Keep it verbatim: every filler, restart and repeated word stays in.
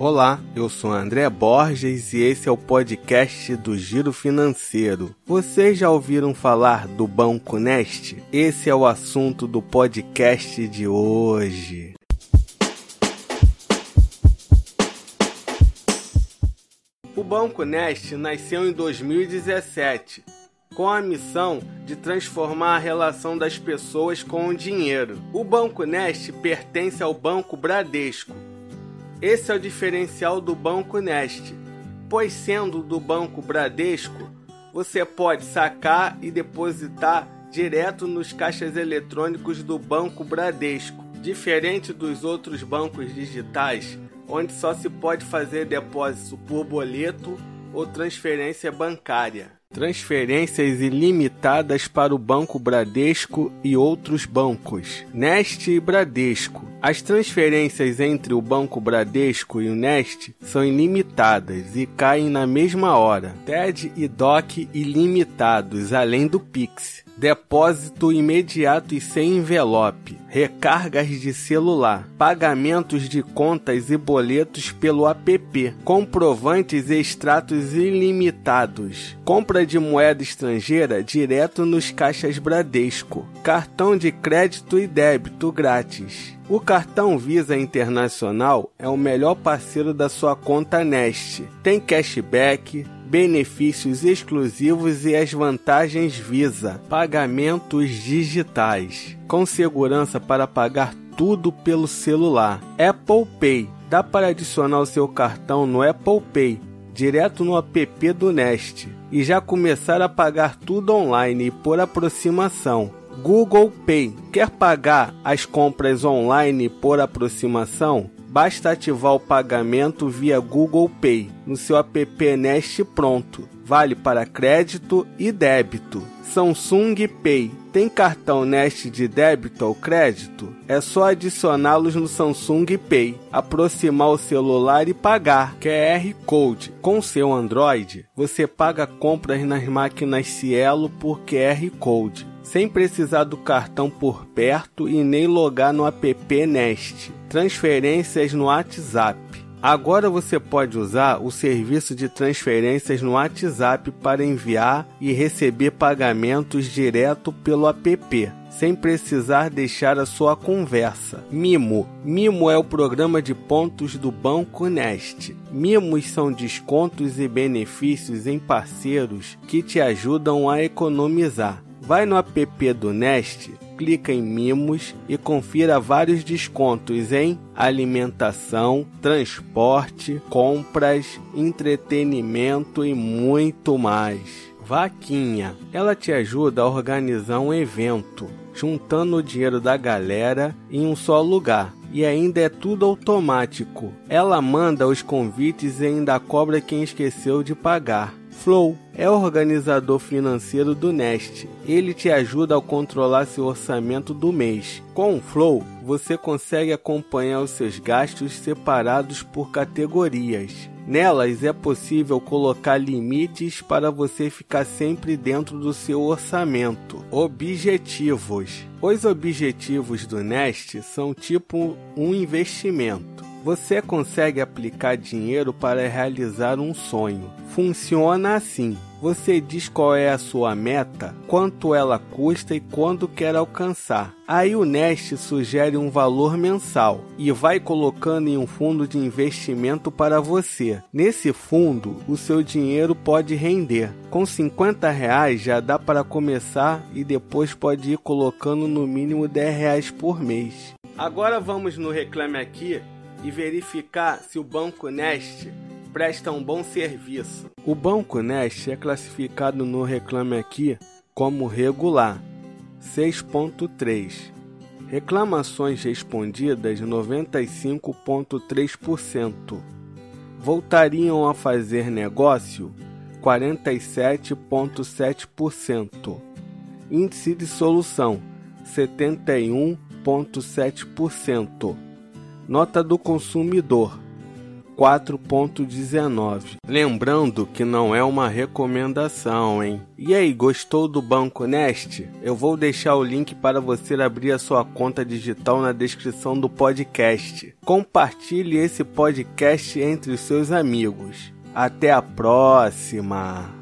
Olá, eu sou André Borges e esse é o podcast do Giro Financeiro. Vocês já ouviram falar do Banco Nest? Esse é o assunto do podcast de hoje. O Banco Nest nasceu em dois mil e dezessete, com a missão de transformar a relação das pessoas com o dinheiro. O Banco Nest pertence ao Banco Bradesco. Esse é o diferencial do Banco Nest, pois sendo do Banco Bradesco, você pode sacar e depositar direto nos caixas eletrônicos do Banco Bradesco, diferente dos outros bancos digitais, onde só se pode fazer depósito por boleto ou transferência bancária. Transferências ilimitadas para o Banco Bradesco e outros bancos. Nest e Bradesco. As transferências entre o Banco Bradesco e o Nest são ilimitadas e caem na mesma hora. T E D e D O C ilimitados, além do Pix. Depósito imediato e sem envelope, recargas de celular, pagamentos de contas e boletos pelo app, comprovantes e extratos ilimitados, compra de moeda estrangeira direto nos caixas Bradesco, cartão de crédito e débito grátis. O cartão Visa Internacional é o melhor parceiro da sua conta Nest. Tem cashback, benefícios exclusivos e as vantagens Visa. Pagamentos digitais, com segurança para pagar tudo pelo celular. Apple Pay. Dá para adicionar o seu cartão no Apple Pay, direto no app do Nest, e já começar a pagar tudo online e por aproximação. Google Pay. Quer pagar as compras online por aproximação? Basta ativar o pagamento via Google Pay no seu app Nest pronto. Vale para crédito e débito. Samsung Pay. Tem cartão Nest de débito ou crédito? É só adicioná-los no Samsung Pay, aproximar o celular e pagar. Q R Code. Com seu Android, você paga compras nas máquinas Cielo por Q R Code, sem precisar do cartão por perto e nem logar no app Nest. Transferências no WhatsApp. Agora você pode usar o serviço de transferências no WhatsApp para enviar e receber pagamentos direto pelo app, sem precisar deixar a sua conversa. Mimo. Mimo é o programa de pontos do Banco Nest. Mimos são descontos e benefícios em parceiros que te ajudam a economizar. Vai no app do Nest, clica em Mimos e confira vários descontos em alimentação, transporte, compras, entretenimento e muito mais. Vaquinha. Ela te ajuda a organizar um evento, juntando o dinheiro da galera em um só lugar. E ainda é tudo automático. Ela manda os convites e ainda cobra quem esqueceu de pagar. Flow é o organizador financeiro do Nest. Ele te ajuda a controlar seu orçamento do mês. Com o Flow, você consegue acompanhar os seus gastos separados por categorias. Nelas é possível colocar limites para você ficar sempre dentro do seu orçamento. Objetivos. Os objetivos do Nest são tipo um investimento. Você consegue aplicar dinheiro para realizar um sonho. Funciona assim. Você diz qual é a sua meta, quanto ela custa e quando quer alcançar. Aí o Nest sugere um valor mensal e vai colocando em um fundo de investimento para você. Nesse fundo, o seu dinheiro pode render. Com cinquenta reais já dá para começar e depois pode ir colocando no mínimo dez reais por mês. Agora vamos no Reclame Aqui e verificar se o Banco Nest presta um bom serviço. O Banco Nest é classificado no Reclame Aqui como regular, seis ponto três. Reclamações respondidas, noventa e cinco ponto três por cento. Voltariam a fazer negócio, quarenta e sete ponto sete por cento. Índice de solução, setenta e um ponto sete por cento. Nota do consumidor, quatro ponto dezenove. Lembrando que não é uma recomendação, hein? E aí, gostou do Banco Nest? Eu vou deixar o link para você abrir a sua conta digital na descrição do podcast. Compartilhe esse podcast entre os seus amigos. Até a próxima!